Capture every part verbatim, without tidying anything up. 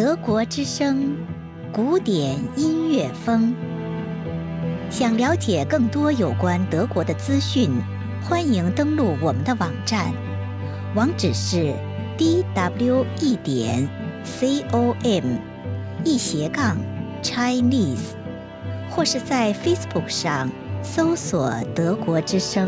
德国之声，古典音乐风。想了解更多有关德国的资讯，欢迎登录我们的网站，网址是 d w e 点 com 一斜杠 Chinese， 或是在 Facebook 上搜索德国之声。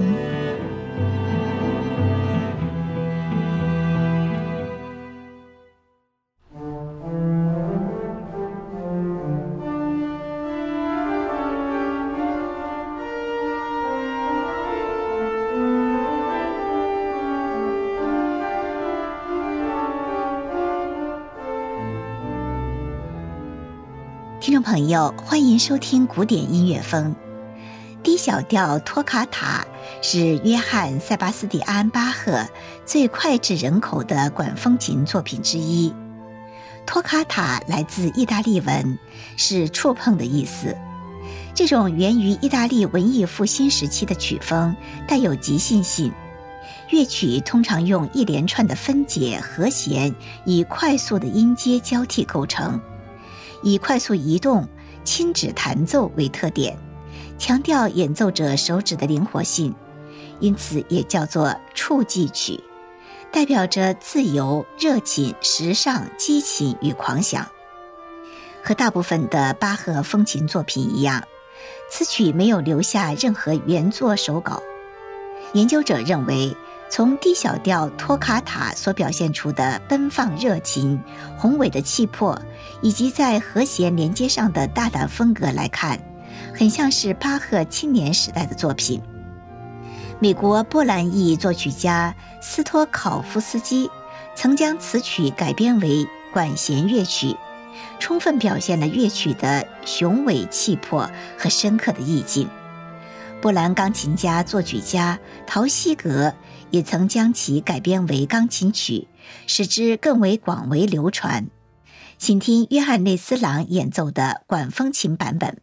听众朋友，欢迎收听古典音乐风。低小调托卡塔是约翰·塞巴斯蒂安·巴赫最脍炙人口的管风琴作品之一。托卡塔来自意大利文，是触碰的意思。这种源于意大利文艺复兴时期的曲风带有即兴性，乐曲通常用一连串的分解和弦以快速的音阶交替构成，以快速移动、轻指弹奏为特点，强调演奏者手指的灵活性，因此也叫做触技曲，代表着自由、热情、时尚、激情与狂想。和大部分的巴赫风琴作品一样，此曲没有留下任何原作手稿。研究者认为，从低小调托卡塔所表现出的奔放热情、宏伟的气魄，以及在和弦连接上的大胆风格来看，很像是巴赫青年时代的作品。美国波兰裔作曲家斯托考夫斯基曾将此曲改编为管弦乐曲，充分表现了乐曲的雄伟气魄和深刻的意境。波兰钢琴家作曲家陶希格也曾将其改编为钢琴曲，使之更为广为流传。请听约翰内斯朗演奏的管风琴版本。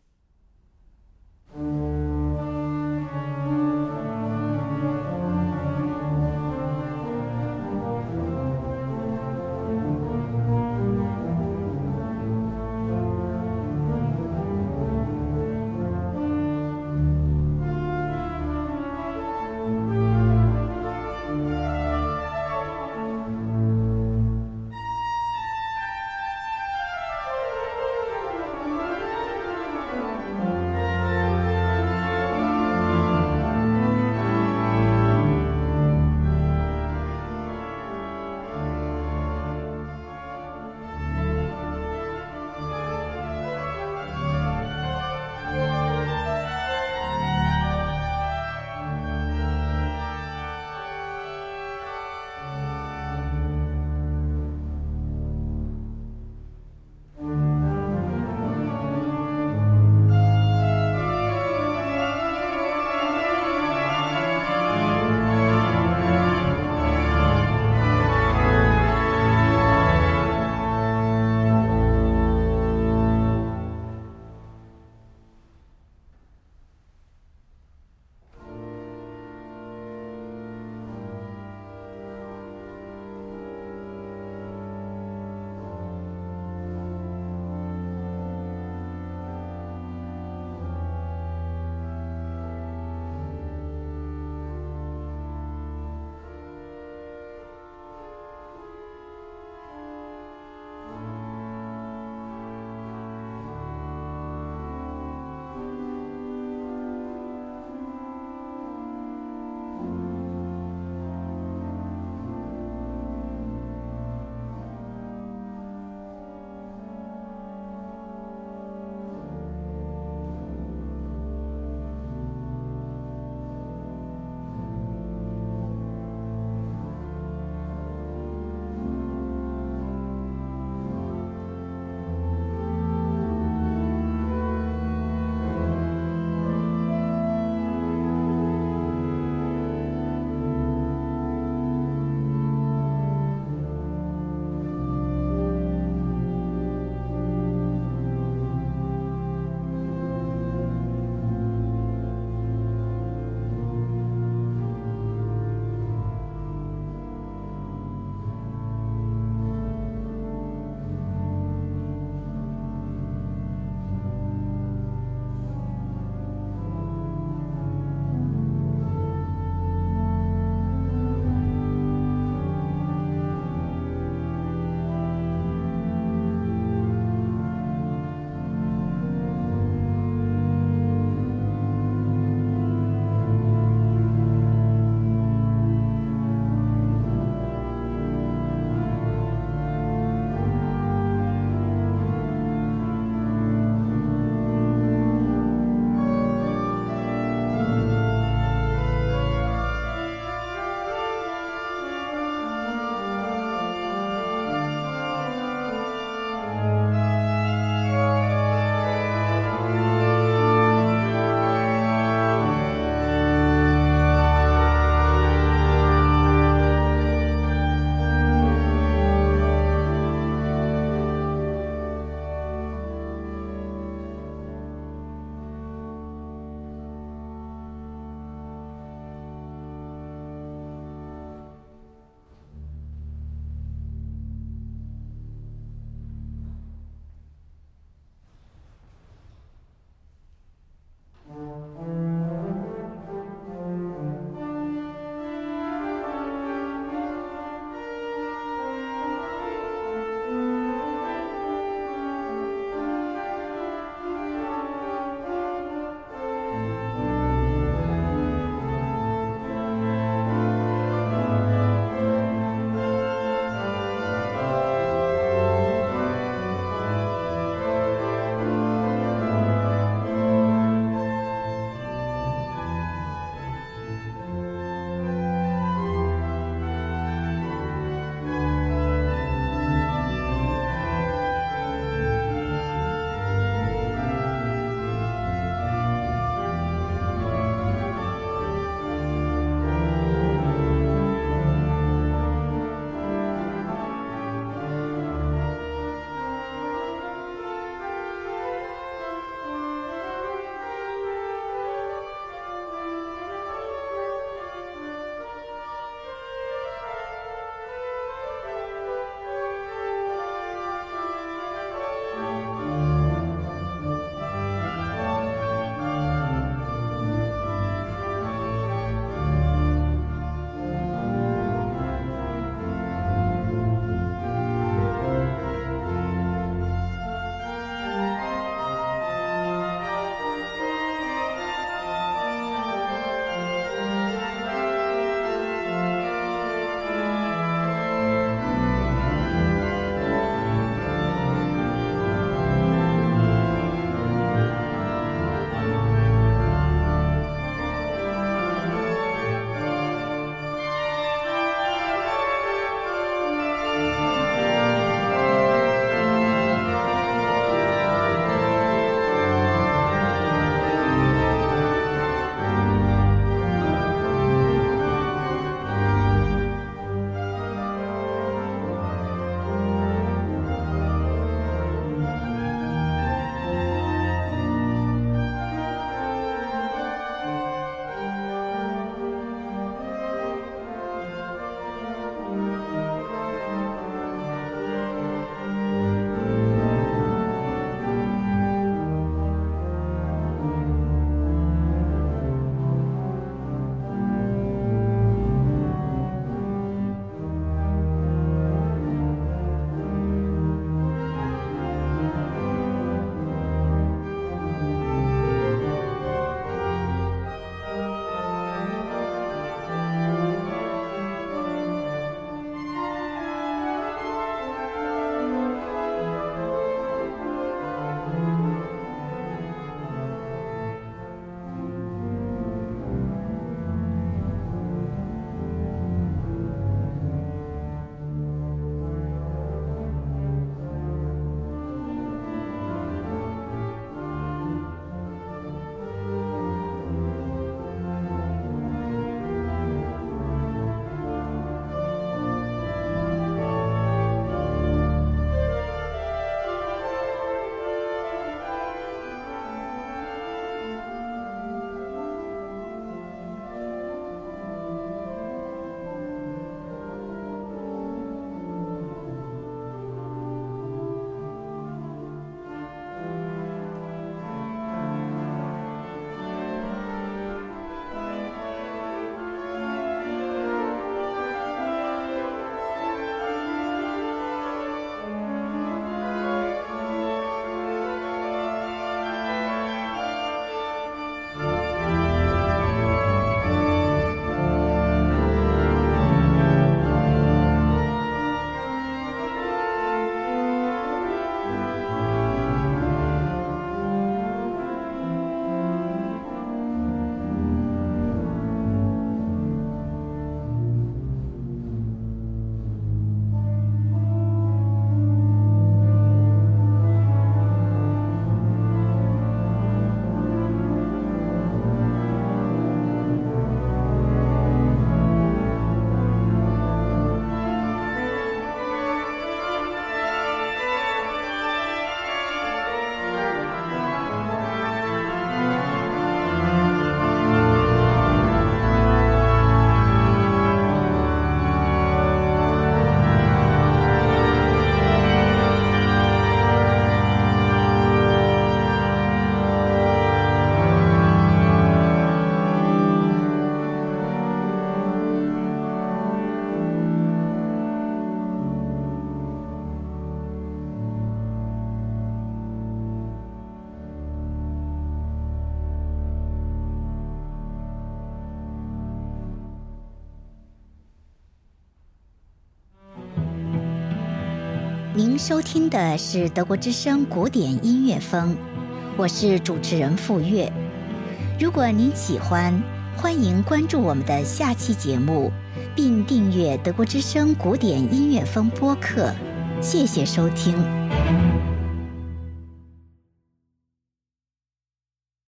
您收听的是德国之声古典音乐风，我是主持人傅月。如果您喜欢，欢迎关注我们的下期节目，并订阅德国之声古典音乐风播客。谢谢收听。